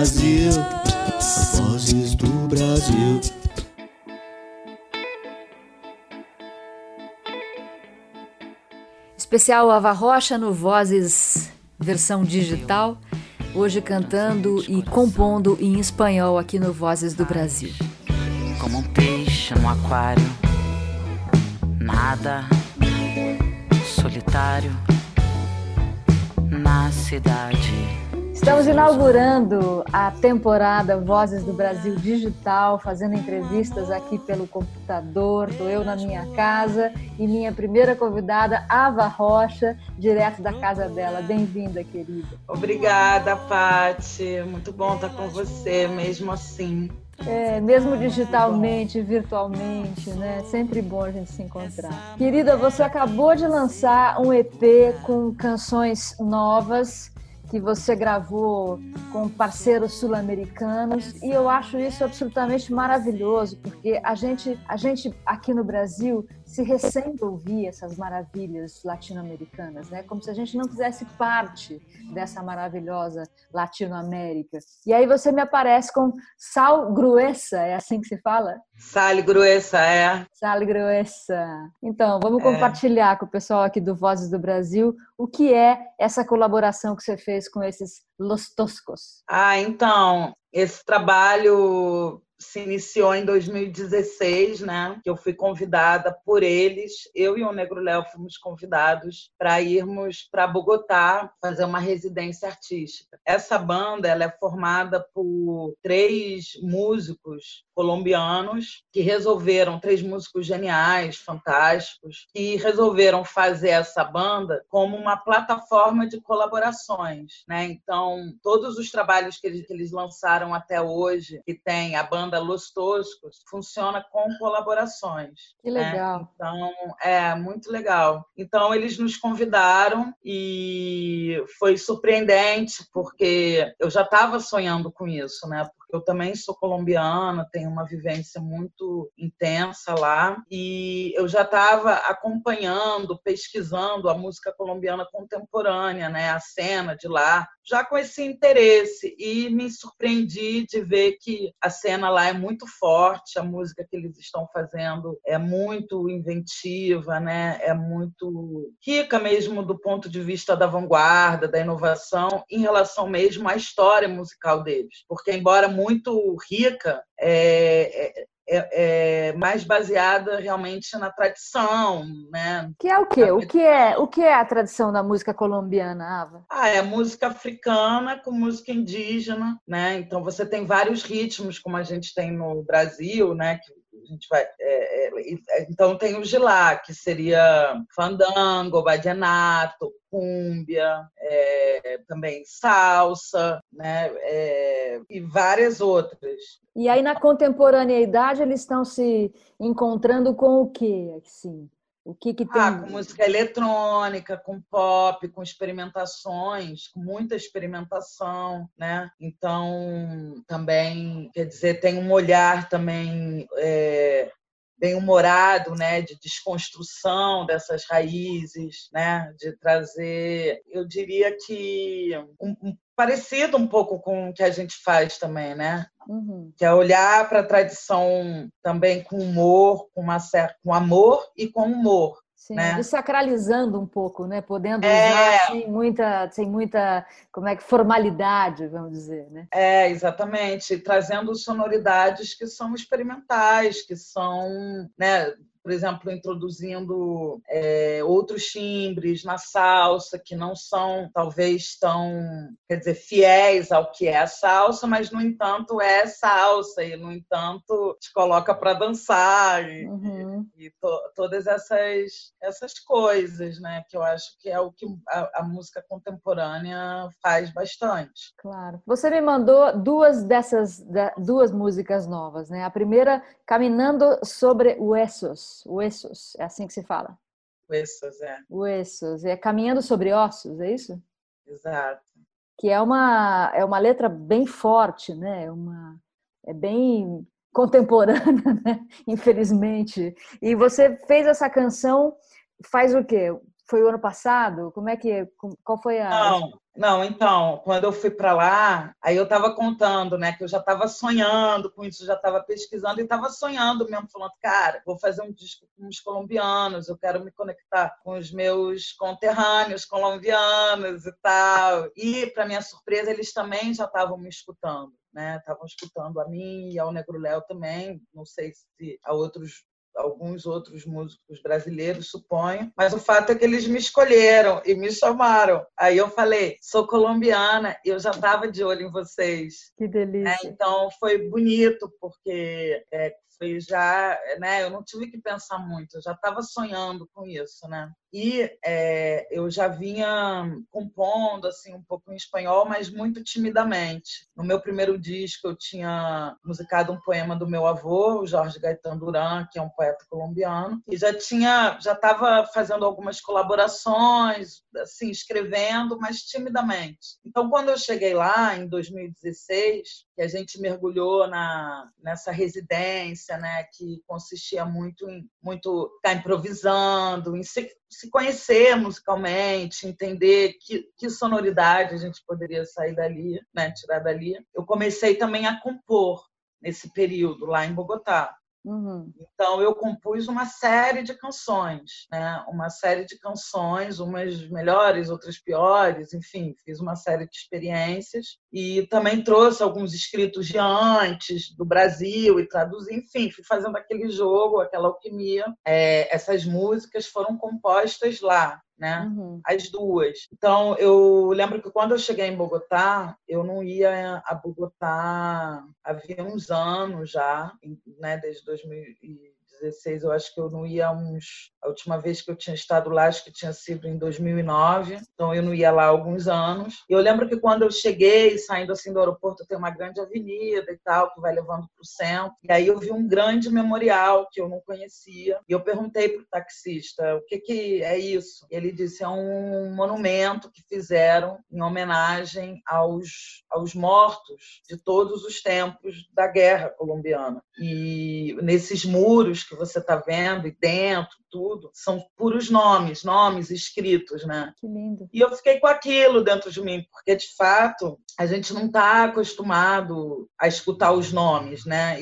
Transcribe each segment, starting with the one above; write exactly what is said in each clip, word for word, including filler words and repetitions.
Brasil, Vozes do Brasil. Especial Ava Rocha no Vozes versão digital, hoje cantando e compondo em espanhol aqui no Vozes do Brasil. Como um peixe no aquário, nada, solitário, na cidade. Estamos inaugurando a temporada Vozes do Brasil Digital, fazendo entrevistas aqui pelo computador, estou eu na minha casa e minha primeira convidada, Ava Rocha, direto da casa dela. Bem-vinda, querida. Obrigada, Paty. Muito bom estar com você, mesmo assim. É, mesmo digitalmente, virtualmente, né? Sempre bom a gente se encontrar. Querida, você acabou de lançar um E P com canções novas que você gravou com parceiros sul-americanos, e eu acho isso absolutamente maravilhoso, porque a gente, a gente aqui no Brasil se recém ouvir essas maravilhas latino-americanas, né? Como se a gente não fizesse parte dessa maravilhosa Latinoamérica. E aí você me aparece com Sal Gruesa, é assim que se fala? Sal Gruesa, é. Sal Gruesa. Então, vamos é. compartilhar com o pessoal aqui do Vozes do Brasil o que é essa colaboração que você fez com esses Los Toscos. Ah, então, esse trabalho se iniciou em dois mil e dezesseis, né? Que eu fui convidada por eles, eu e o Negro Léo fomos convidados para irmos para Bogotá fazer uma residência artística. Essa banda, ela é formada por três músicos colombianos que resolveram, três músicos geniais, fantásticos, que resolveram fazer essa banda como uma plataforma de colaborações, né? Então, todos os trabalhos que eles, que eles lançaram até hoje, que tem a banda Los Toscos, funciona com colaborações. Que legal. Né? Então, é muito legal. Então, eles nos convidaram e foi surpreendente, porque eu já estava sonhando com isso, né? Porque eu também sou colombiana, tenho uma vivência muito intensa lá, e eu já estava acompanhando, pesquisando a música colombiana contemporânea, né? A cena de lá, já com esse interesse, e me surpreendi de ver que a cena lá é muito forte, a música que eles estão fazendo é muito inventiva, né? É muito rica mesmo do ponto de vista da vanguarda, da inovação, em relação mesmo à história musical deles. Porque, embora muito rica, é, é É, é mais baseada realmente na tradição, né? Que é o quê? O que é, o que é a tradição da música colombiana, Ava? Ah, é música africana com música indígena, né? Então você tem vários ritmos, como a gente tem no Brasil, né? Que a gente vai, é, é, então tem o gilá, que seria fandango, vallenato, cúmbia, é, também salsa, né? É, e várias outras. E aí, na contemporaneidade, eles estão se encontrando com o quê? Assim, o que, que tem? Ah, com música eletrônica, com pop, com experimentações, com muita experimentação, né? Então, também, quer dizer, tem um olhar também é, bem humorado, né? De desconstrução dessas raízes, né? De trazer, eu diria que um, um, parecido um pouco com o que a gente faz também, né? Uhum. Que é olhar para a tradição também com humor, com, uma certa, com amor e com humor. Sim, né? desacralizando um pouco, né? Podendo é... usar sem muita, sem muita, como é que, formalidade, vamos dizer, né? É, exatamente. Trazendo sonoridades que são experimentais, que são, né? Por exemplo, introduzindo é, outros timbres na salsa que não são, talvez, tão, quer dizer, fiéis ao que é a salsa, mas, no entanto, é salsa e, no entanto, te coloca para dançar e, uhum. e, e to, todas essas, essas coisas, né? Que eu acho que é o que a, a música contemporânea faz bastante. Claro. Você me mandou duas dessas, duas músicas novas, né? A primeira, Caminhando sobre Huesos. Huesos, é assim que se fala? Huesos, é. Huesos, é Caminhando sobre Ossos, é isso? Exato. Que é uma, é uma letra bem forte, né? É, uma, é bem contemporânea, né? Infelizmente. E você fez essa canção, faz o quê? foi o ano passado? Como é que, qual foi a... Não, não, então, quando eu fui para lá, aí eu estava contando, né, que eu já estava sonhando com isso, já estava pesquisando e estava sonhando mesmo, falando, cara, vou fazer um disco com os colombianos, eu quero me conectar com os meus conterrâneos colombianos e tal. E, para minha surpresa, eles também já estavam me escutando, né, estavam escutando a mim e ao Negro Léo também, não sei se a outros alguns outros músicos brasileiros, suponho, mas o fato é que eles me escolheram e me chamaram. Aí eu falei, sou colombiana, e eu já estava de olho em vocês. Que delícia. É, então foi bonito, porque é, foi já, né, eu não tive que pensar muito, eu já estava sonhando com isso, né? E é, eu já vinha compondo assim um pouco em espanhol, mas muito timidamente. No meu primeiro disco eu tinha musicado um poema do meu avô, o Jorge Gaitán Durán, que é um poeta colombiano, e já tinha, já estava fazendo algumas colaborações, assim, escrevendo, mas timidamente. Então, quando eu cheguei lá em dois mil e dezesseis, que a gente mergulhou na nessa residência, né, que consistia muito em muito estar improvisando, em se, se conhecer musicalmente, entender que, que sonoridade a gente poderia sair dali, né, tirar dali. Eu comecei também a compor nesse período lá em Bogotá. Uhum. Então, eu compus uma série de canções, né? Uma série de canções, umas melhores, outras piores, enfim, fiz uma série de experiências e também trouxe alguns escritos de antes, do Brasil, e traduzi, enfim, fui fazendo aquele jogo, aquela alquimia. É, essas músicas foram compostas lá, né? Uhum. As duas. Então, eu lembro que quando eu cheguei em Bogotá, eu não ia a Bogotá havia uns anos já, né? Desde dois mil e dezesseis, eu acho que eu não ia uns... A última vez que eu tinha estado lá, acho que tinha sido em dois mil e nove, então eu não ia lá há alguns anos. E eu lembro que quando eu cheguei, saindo assim do aeroporto, tem uma grande avenida e tal, que vai levando para o centro, e aí eu vi um grande memorial que eu não conhecia, e eu perguntei para o taxista, o que, que é isso? E ele disse, é um monumento que fizeram em homenagem aos, aos mortos de todos os tempos da guerra colombiana. E nesses muros que você está vendo, e dentro, tudo, são puros nomes, nomes escritos, né? Que lindo. E eu fiquei com aquilo dentro de mim, porque, de fato, a gente não está acostumado a escutar os nomes, né?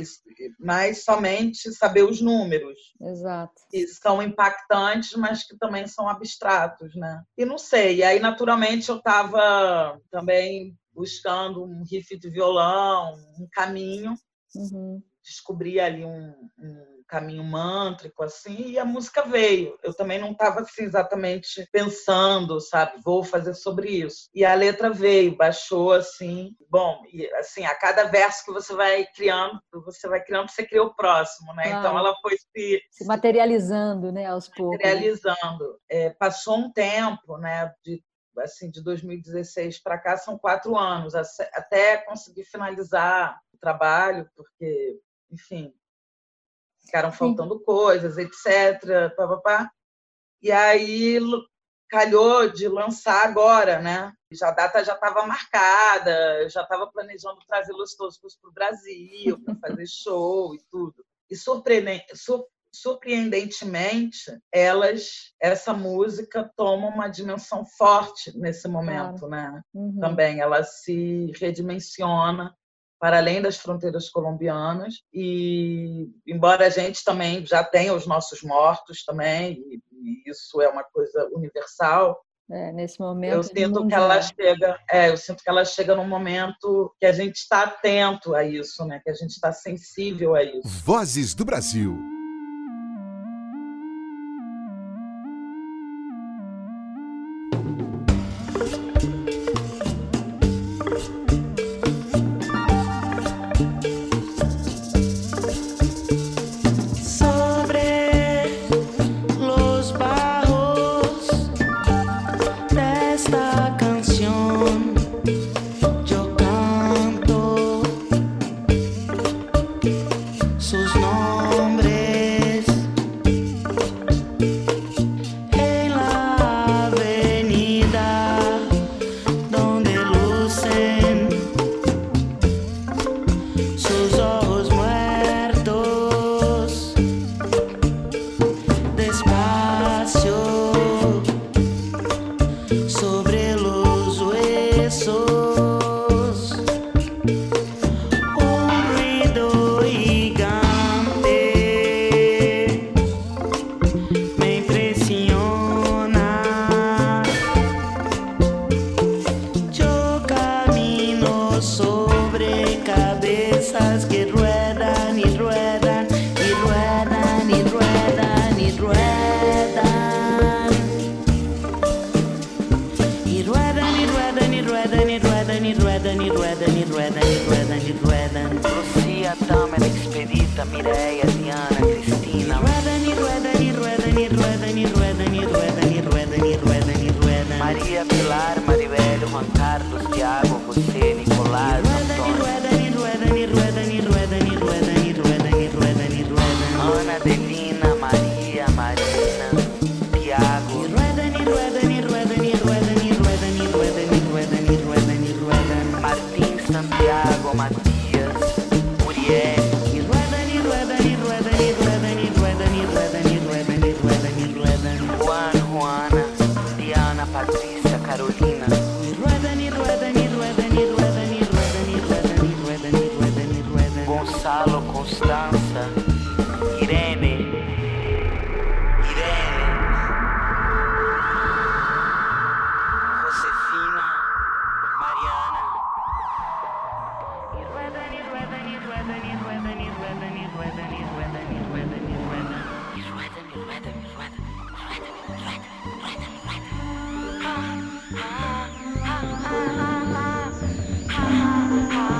Mas somente saber os números. Exato. Que são impactantes, mas que também são abstratos, né? E não sei, e aí, naturalmente, eu estava também buscando um riff de violão, um caminho, Uhum. descobri ali um, um caminho mântrico, assim, e a música veio. Eu também não estava assim, exatamente pensando, sabe, vou fazer sobre isso. E a letra veio, baixou, assim, bom, e assim, a cada verso que você vai criando, você vai criando, você cria o próximo, né? Claro. Então ela foi se... Se materializando, né, aos poucos. Materializando. É, passou um tempo, né, de assim, de dois mil e dezesseis para cá, são quatro anos, até conseguir finalizar o trabalho, porque, enfim, ficaram faltando Sim. coisas, etcétera. Pá, pá, pá. E aí calhou de lançar agora, né? Já, a data já estava marcada, já estava planejando trazer Los Toscos para o Brasil, para fazer show e tudo. E surpreendente, sur surpreendentemente, elas, essa música toma uma dimensão forte nesse momento, claro. né? Uhum. Também ela se redimensiona para além das fronteiras colombianas e, embora a gente também já tenha os nossos mortos também, e, e isso é uma coisa universal, é, nesse momento eu sinto que ela chega, é, eu sinto que ela chega num momento que a gente está atento a isso, né? Que a gente está sensível a isso. Vozes do Brasil. Sus nombres ruedan y ruedan y ruedan y ruedan. Lucía, Tamara, Expedita, Mireia, Diana, Cristina. Ruedan y ruedan y ruedan y ruedan y ruedan y ruedan y ruedan y ruedan y ruedan. María, Pilar, Maribel, Juan Carlos, Tiago, José, Nicolás, Antônio. Ruedan y ruedan y ruedan y ruedan y ruedan y ruedan y ruedan y ruedan. Ana, Adelina, Maria, Marina, Tiago. Y ruedan y ruedan y ruedan y ruedan y ruedan y ruedan y ruedan y ruedan y ruedan. Martín, Santiago, Matías, Muriel. Y ruedan y ruedan y ruedan y ruedan y ruedan y ruedan y ruedan y ruedan y ruedan. Juan, Juana, Diana, Patricia, Carolina. Y ruedan y ruedan y ruedan y ruedan y ruedan y ruedan y ruedan y ruedan y ruedan. Gonçalo, Constanza, Irene, Irene, Josefina, Mariana. Y ruedan y ruedan y ruedan y ruedan y ruedan y ruedan y ruedan y ruedan y ruedan. Y ruedan y ruedan y ruedan, ruedan y ruedan, ruedan y ruedan. Ah, ah, ah, ah, ah, ah, ah, ah.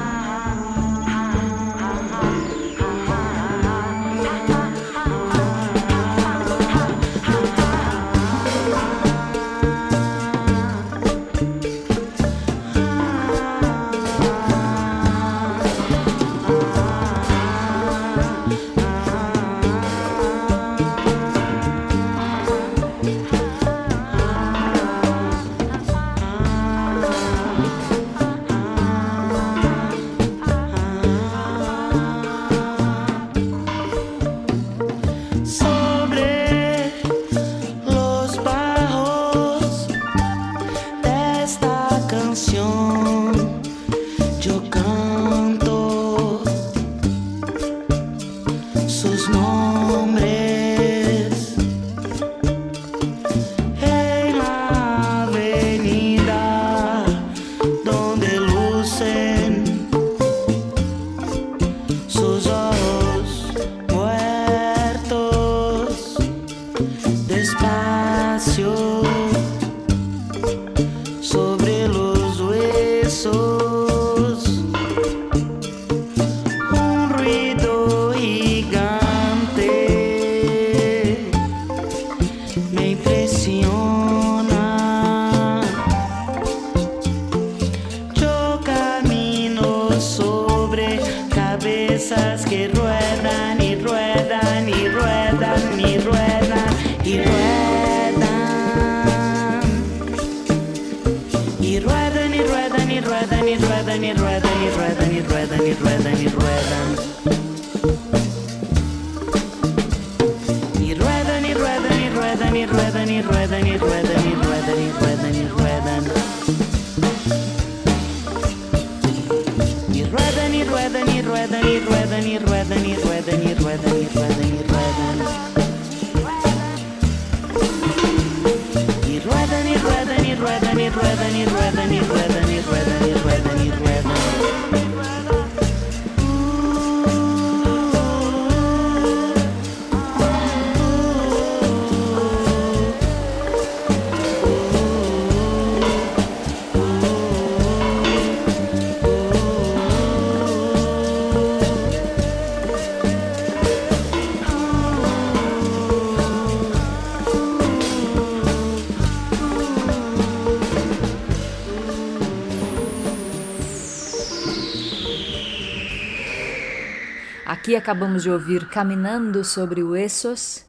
Aqui acabamos de ouvir Caminhando sobre Huesos.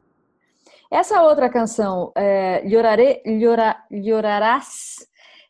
Essa outra canção, é, Lloraré, Llora, Llorarás,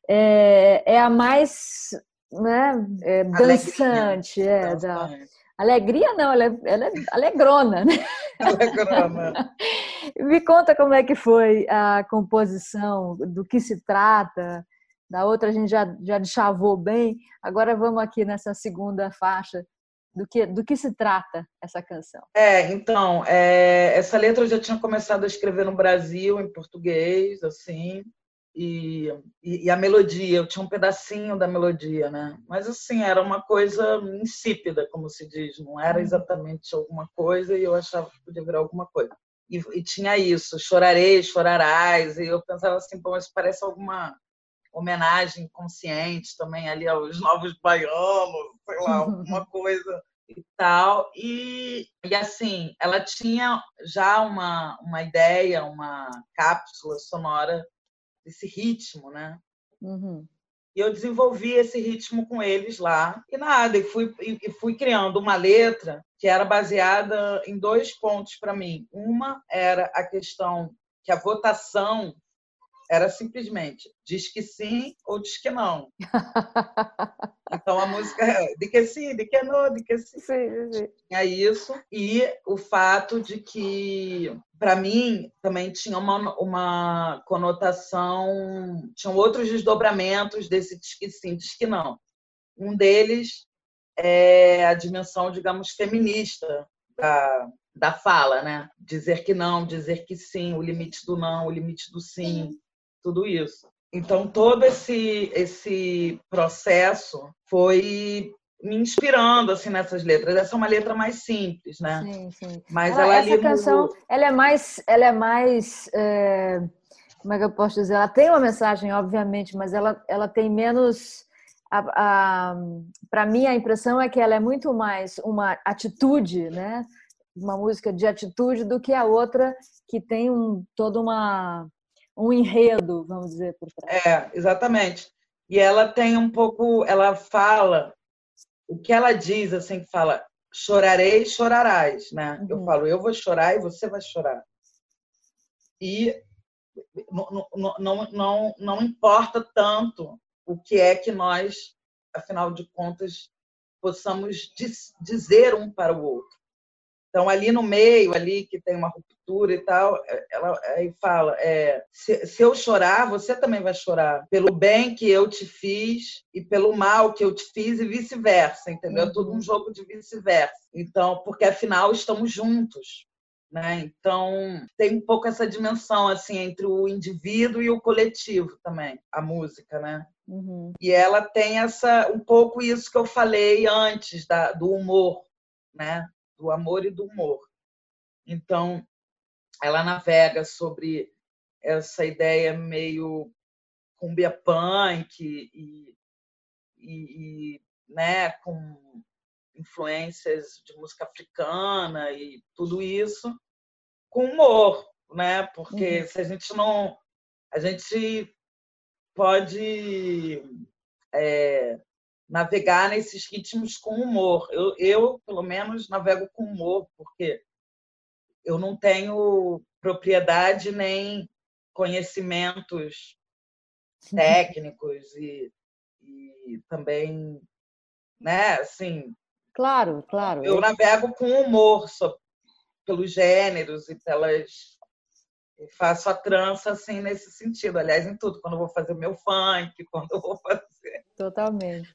é, é a mais, né, é, dançante. É, da... Alegria não, ela é, ela é alegrona, né? Alegrona. Me conta como é que foi a composição, do que se trata. Da outra a gente já, já deschavou bem, agora vamos aqui nessa segunda faixa. Do que, do que se trata essa canção? É, então, é, essa letra eu já tinha começado a escrever no Brasil, em português, assim, e, e, e a melodia, eu tinha um pedacinho da melodia, né? Mas, assim, era uma coisa insípida, como se diz, não era exatamente alguma coisa e eu achava que podia virar alguma coisa. E, e tinha isso, chorarei, chorarás, e eu pensava assim, bom, isso parece alguma... homenagem consciente também ali aos novos baianos, sei lá, alguma coisa e tal. E, e assim, ela tinha já uma, uma ideia, uma cápsula sonora desse ritmo, né? Uhum. E eu desenvolvi esse ritmo com eles lá. E nada, e fui, e fui criando uma letra que era baseada em dois pontos para mim. Uma era a questão que a votação era simplesmente diz que sim ou diz que não. Então a música é de que sim, de que não, de que sim. Sim, sim. É isso. E o fato de que, para mim, também tinha uma, uma conotação, tinham outros desdobramentos desse diz que sim, diz que não. Um deles é a dimensão, digamos, feminista da, da fala, né? Dizer que não, dizer que sim, o limite do não, o limite do sim, tudo isso. Então, todo esse, esse processo foi me inspirando assim, nessas letras. Essa é uma letra mais simples, né? Sim, sim. Mas ela, ela essa ali canção, no... ela é mais... Ela é mais é... Como é que eu posso dizer? Ela tem uma mensagem, obviamente, mas ela, ela tem menos... Para mim, a impressão é que ela é muito mais uma atitude, né? Uma música de atitude do que a outra que tem um, toda uma... um enredo, vamos dizer, por trás. É, exatamente. E ela tem um pouco, ela fala, o que ela diz, assim, que fala, chorarei, chorarás, né? Uhum. Eu falo, eu vou chorar e você vai chorar. E não, não, não, não, não importa tanto o que é que nós, afinal de contas, possamos dizer um para o outro. Então, ali no meio, ali que tem uma ruptura e tal, ela aí fala, é, se, se eu chorar, você também vai chorar. Pelo bem que eu te fiz e pelo mal que eu te fiz e vice-versa, entendeu? É tudo um jogo de vice-versa. Então, porque afinal estamos juntos, né? Então, tem um pouco essa dimensão assim entre o indivíduo e o coletivo também, a música, né? Uhum. E ela tem essa um pouco isso que eu falei antes da, do humor, né? Do amor e do humor. Então, ela navega sobre essa ideia meio cumbia punk e, e, e né, com influências de música africana e tudo isso, com humor, né? Porque uhum. se a gente não... A gente pode... É, navegar nesses ritmos com humor. Eu, eu, pelo menos, navego com humor, porque eu não tenho propriedade nem conhecimentos técnicos e, e também, né, assim... Claro, claro. Eu navego com humor só, pelos gêneros e pelas... Eu faço a trança assim, nesse sentido. Aliás, em tudo. Quando eu vou fazer meu funk, quando eu vou fazer... Totalmente.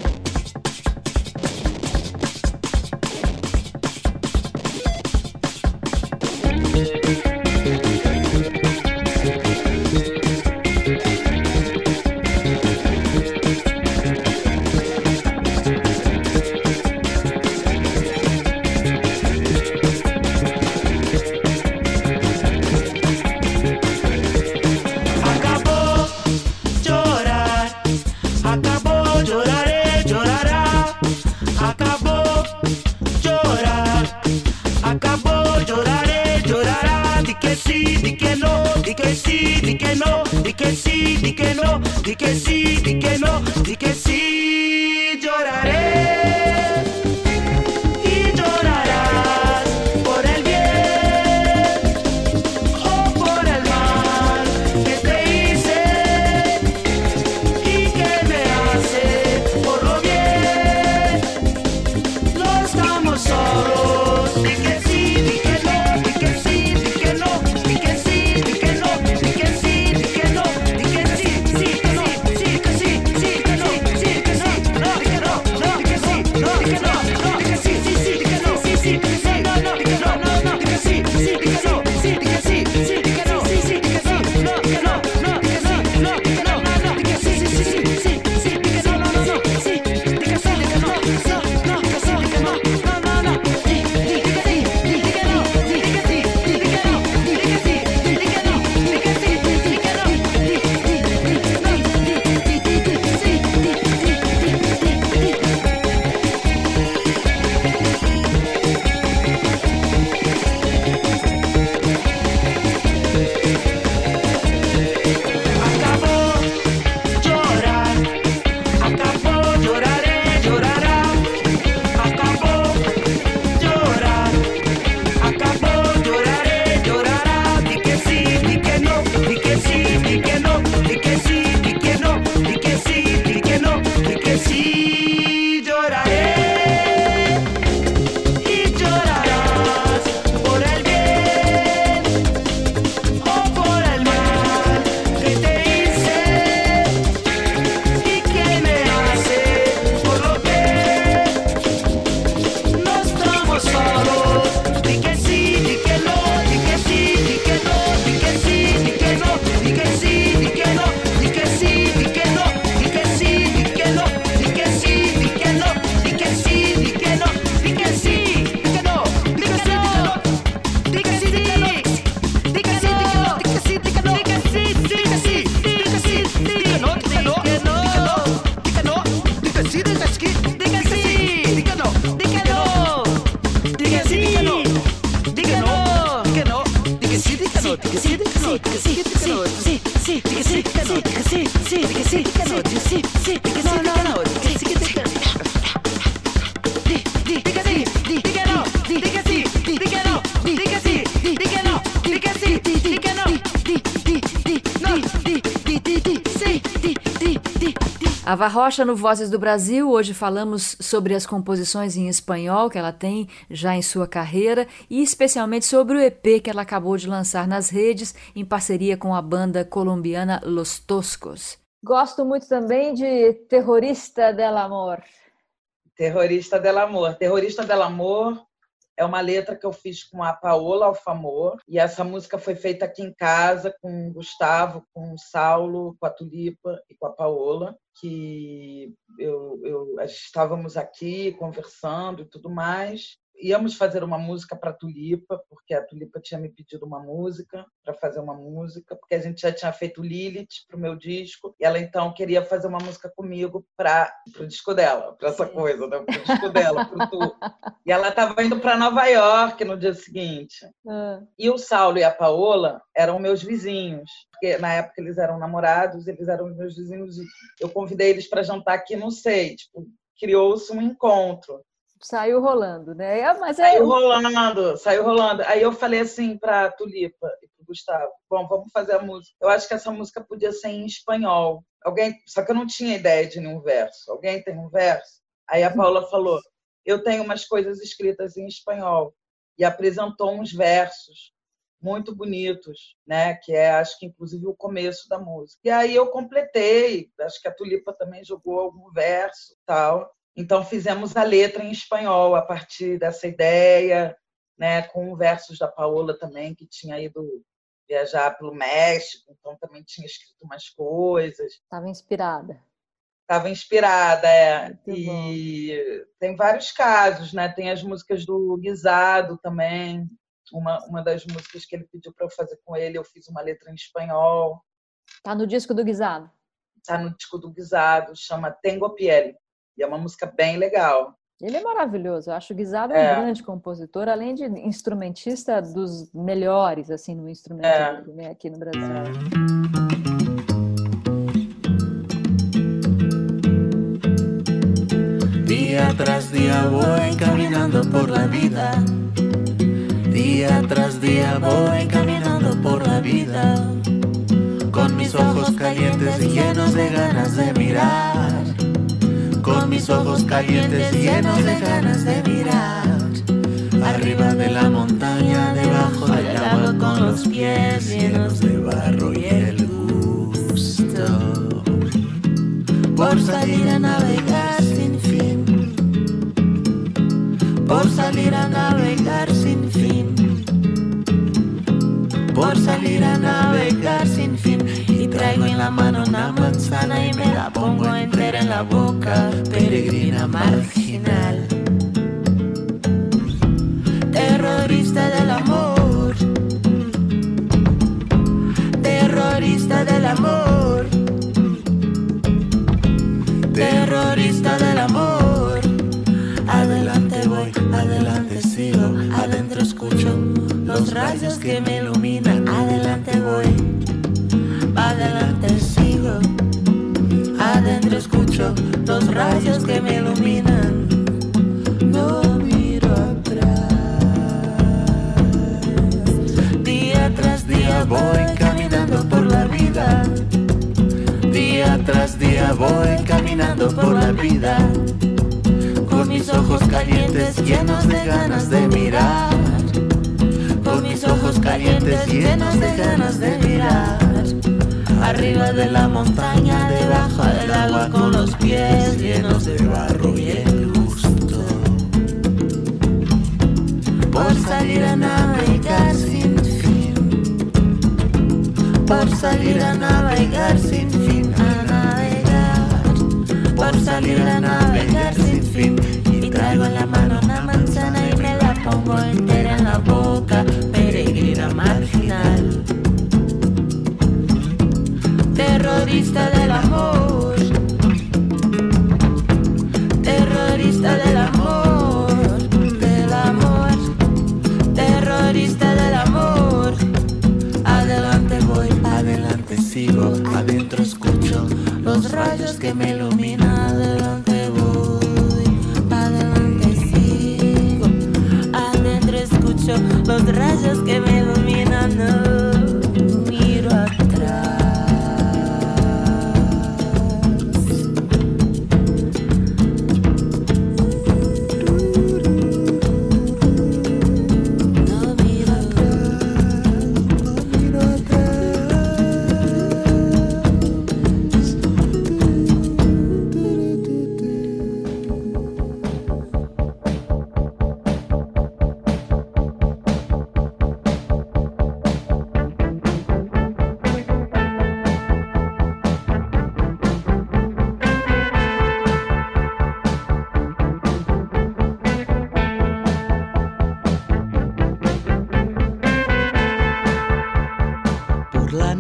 Di que sí, di que no, di que sí, lloraré y llorarás por el bien o por el mal que te hice y que me hace por lo bien. No estamos solos, di que sí, di que no, di que sí, di que no, di que sí, di que no, di que sí, di que no, di que sí, sí. Ava Rocha no Vozes do Brasil. Hoje falamos sobre as composições em espanhol que ela tem já em sua carreira e especialmente sobre o E P que ela acabou de lançar nas redes em parceria com a banda colombiana Los Toscos. Gosto muito também de Terrorista del Amor. Terrorista del Amor. Terrorista del Amor é uma letra que eu fiz com a Paola Alfamor e essa música foi feita aqui em casa com o Gustavo, com o Saulo, com a Tulipa e com a Paola, que eu, eu, estávamos aqui conversando e tudo mais. Íamos fazer uma música para a Tulipa, porque a Tulipa tinha me pedido uma música, para fazer uma música, porque a gente já tinha feito Lilith para o meu disco, e ela então queria fazer uma música comigo para o disco dela, para essa coisa, né? Para o disco dela, para o tour. E ela estava indo para Nova York no dia seguinte. Uhum. E o Saulo e a Paola eram meus vizinhos, porque na época eles eram namorados, eles eram meus vizinhos, e eu convidei eles para jantar aqui, não sei, tipo, criou-se um encontro. Saiu rolando, né? Mas é... Saiu rolando, saiu rolando. Aí eu falei assim para a Tulipa e para o Gustavo, bom, vamos fazer a música. Eu acho que essa música podia ser em espanhol. Alguém, só que eu não tinha ideia de nenhum verso. Alguém tem um verso? Aí a Paula falou, eu tenho umas coisas escritas em espanhol. E apresentou uns versos muito bonitos, né? Que é, acho que inclusive o começo da música. E aí eu completei, acho que a Tulipa também jogou algum verso e tal. Então, fizemos a letra em espanhol a partir dessa ideia, né, com versos da Paola também, que tinha ido viajar pelo México, então também tinha escrito umas coisas. Estava inspirada. Estava inspirada, é. Muito e bom. Tem vários casos, né? Tem as músicas do Guisado também. Uma, uma das músicas que ele pediu para eu fazer com ele, eu fiz uma letra em espanhol. Está no disco do Guisado? Está no disco do Guisado, chama Tengo Piel. E é uma música bem legal. Ele é maravilhoso. Eu acho o Guisado é. um grande compositor, além de instrumentista dos melhores assim no instrumento é. aqui no Brasil. Día tras día voy caminando por la vida. Día tras día voy caminando por la vida. Con mis ojos calientes y llenos de ganas de mirar. Con mis ojos calientes y llenos de ganas de mirar. Arriba de la montaña, debajo del agua, con los pies llenos de barro y el gusto por salir a navegar sin fin. Por salir a navegar sin fin. Por salir a navegar sin fin. Y traigo en la mano una manzana y me la pongo entera en la boca. Peregrina marginal. Terrorista del amor. Terrorista del amor. Terrorista del amor. Adelante voy, adelante sigo. Adentro escucho los rayos que me iluminan. Adelante voy, adelante sigo. Adentro escucho los rayos que me iluminan. No miro atrás. Día tras día voy caminando por la vida. Día tras día voy caminando por la vida. Con mis ojos calientes llenos de ganas de mirar. Con mis ojos calientes llenos de ganas de mirar. Arriba de la montaña, debajo del agua, con los pies llenos de barro y el gusto por salir a navegar sin fin. Por salir a navegar sin fin. A navegar. Por salir a navegar sin fin. Y traigo en la mano una manzana y me la pongo entera en la boca. Peregrina marginal. Terrorista del amor. Terrorista del amor. Del amor. Terrorista del amor. Adelante voy, adelante sigo. Adentro escucho los rayos que me iluminan. Adelante voy, adelante sigo. Adentro escucho los rayos que me iluminan. No miro atrás.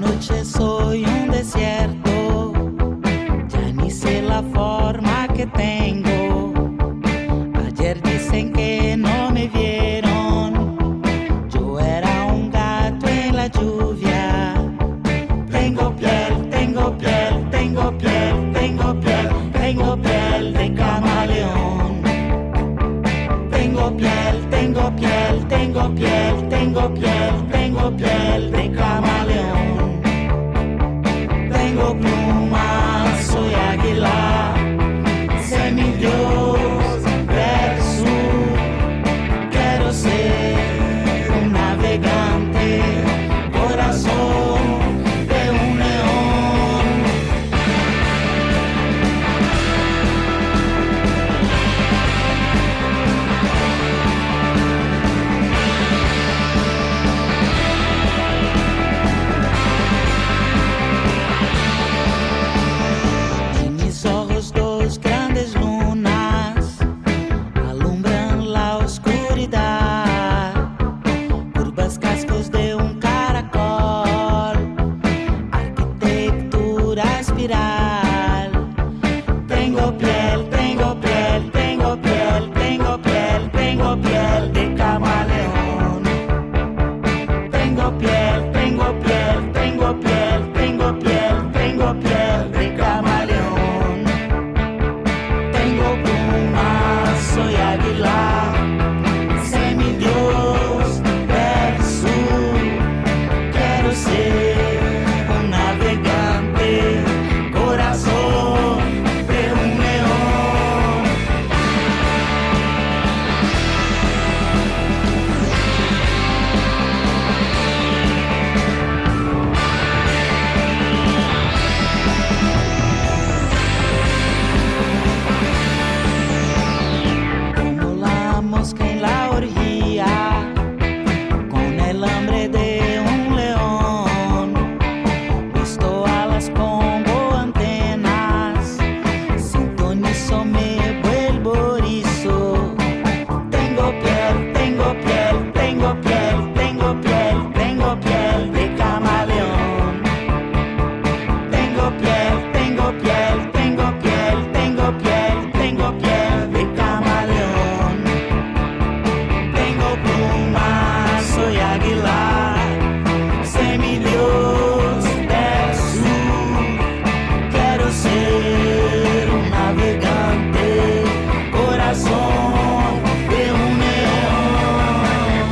noche soy un desierto, ya ni sé la forma que tengo. Ayer dicen que no me vieron, yo era un gato en la lluvia. Tengo piel, tengo piel, tengo piel, tengo piel, tengo piel de camaleón. Tengo piel, tengo piel, tengo piel, tengo piel, tengo piel de camaleón. Tengo plumas, soy águila, semidios, verso. Quiero ser un navegante, corazón de un león. En mis ojos dos grandes lunas alumbran la oscuridad, curvas cascos de un caracol, arquitectura espiral. Tengo piel, tengo piel, tengo piel, tengo piel, tengo piel de camaleón. Tengo piel, tengo piel, tengo piel, tengo piel, tengo piel de camaleón. Tengo plumas, soy águila, semidios, verso. Quiero ser un navegante, corazón de un león. Como la mosca en la orgía, con el hambre de un león. Visto alas, pongo antenas, sintonizo, me vuelvo erizo. Tengo piel, tengo piel, tengo piel, tengo piel, tengo piel de camaleón. Tengo piel, tengo piel, tengo piel, tengo piel, tengo piel de camaleón. Tengo plumas, soy águila, semidios, verso. Quiero ser un navegante, corazón de un león.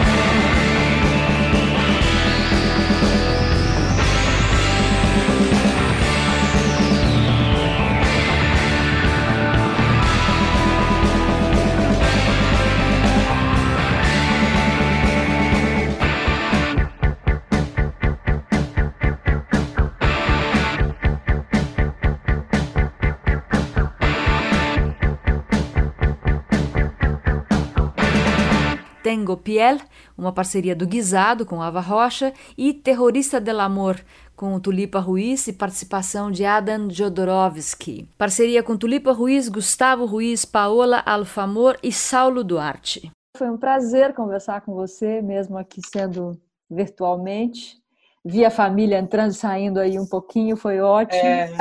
Tengo Piel, uma parceria do Guisado com Ava Rocha, e Terrorista del Amor, com Tulipa Ruiz e participação de Adam Jodorowsky. Parceria com Tulipa Ruiz, Gustavo Ruiz, Paola Alfamor e Saulo Duarte. Foi um prazer conversar com você, mesmo aqui sendo virtualmente. Vi a família entrando e saindo aí um pouquinho, foi ótimo. É,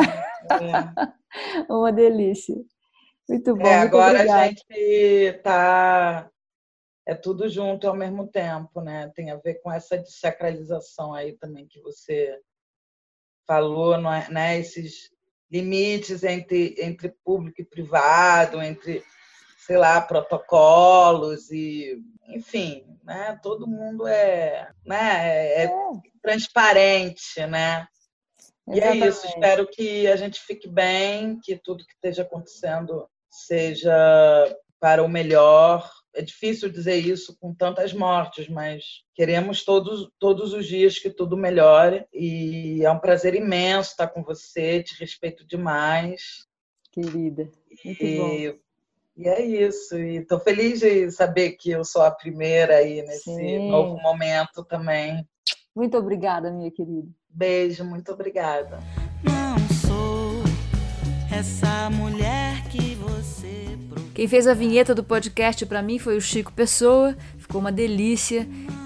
é. Uma delícia. Muito bom, É, muito agora obrigada. a gente está... É tudo junto ao mesmo tempo, né? Tem a ver com essa desacralização aí também que você falou, não é, né? Esses limites entre, entre público e privado, entre, sei lá, protocolos e, enfim, né? Todo mundo é, né? é, é transparente, né? E é isso, espero que a gente fique bem, que tudo que esteja acontecendo seja para o melhor. É difícil dizer isso com tantas mortes, mas queremos todos, todos os dias que tudo melhore. E é um prazer imenso estar com você, te respeito demais. Querida, muito e, bom. E é isso. E estou feliz de saber que eu sou a primeira aí nesse Sim. novo momento também. Muito obrigada, minha querida. Beijo, muito obrigada. Não sou essa mulher que você... Quem fez a vinheta do podcast para mim foi o Chico Pessoa, ficou uma delícia.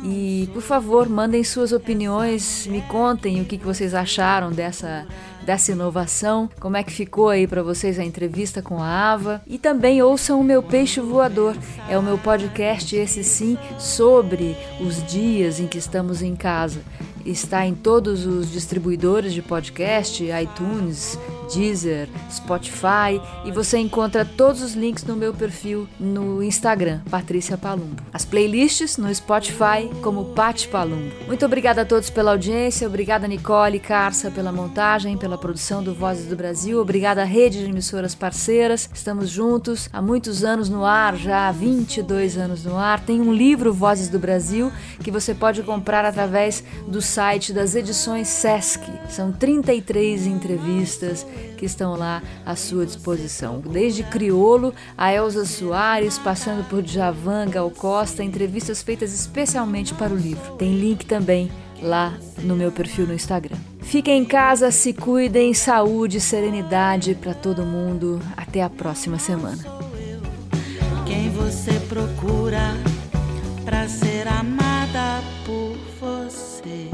E, por favor, mandem suas opiniões, me contem o que vocês acharam dessa, dessa inovação, como é que ficou aí para vocês a entrevista com a Ava. E também ouçam o meu Peixe Voador, é o meu podcast, esse sim, sobre os dias em que estamos em casa. Está em todos os distribuidores de podcast, iTunes, Deezer, Spotify, e você encontra todos os links no meu perfil no Instagram, Patrícia Palumbo. As playlists no Spotify como Pati Palumbo. Muito obrigada a todos pela audiência, obrigada Nicole Carça pela montagem, pela produção do Vozes do Brasil, obrigada à rede de emissoras parceiras, estamos juntos há muitos anos no ar, já há vinte e dois anos no ar. Tem um livro Vozes do Brasil que você pode comprar através do site das edições Sesc. São trinta e três entrevistas que estão lá à sua disposição. Desde Criolo a Elza Soares, passando por Djavan, Gal Costa, entrevistas feitas especialmente para o livro. Tem link também lá no meu perfil no Instagram. Fiquem em casa, se cuidem, saúde, serenidade para todo mundo. Até a próxima semana. Quem você procura pra ser amada por você?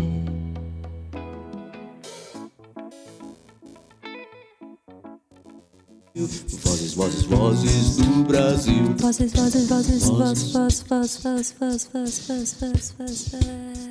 Vozes, vozes, vozes do Brasil. Vozes, vozes, vozes, vozes, vozes, vozes, vozes, vozes, vozes, vozes, vozes, vozes.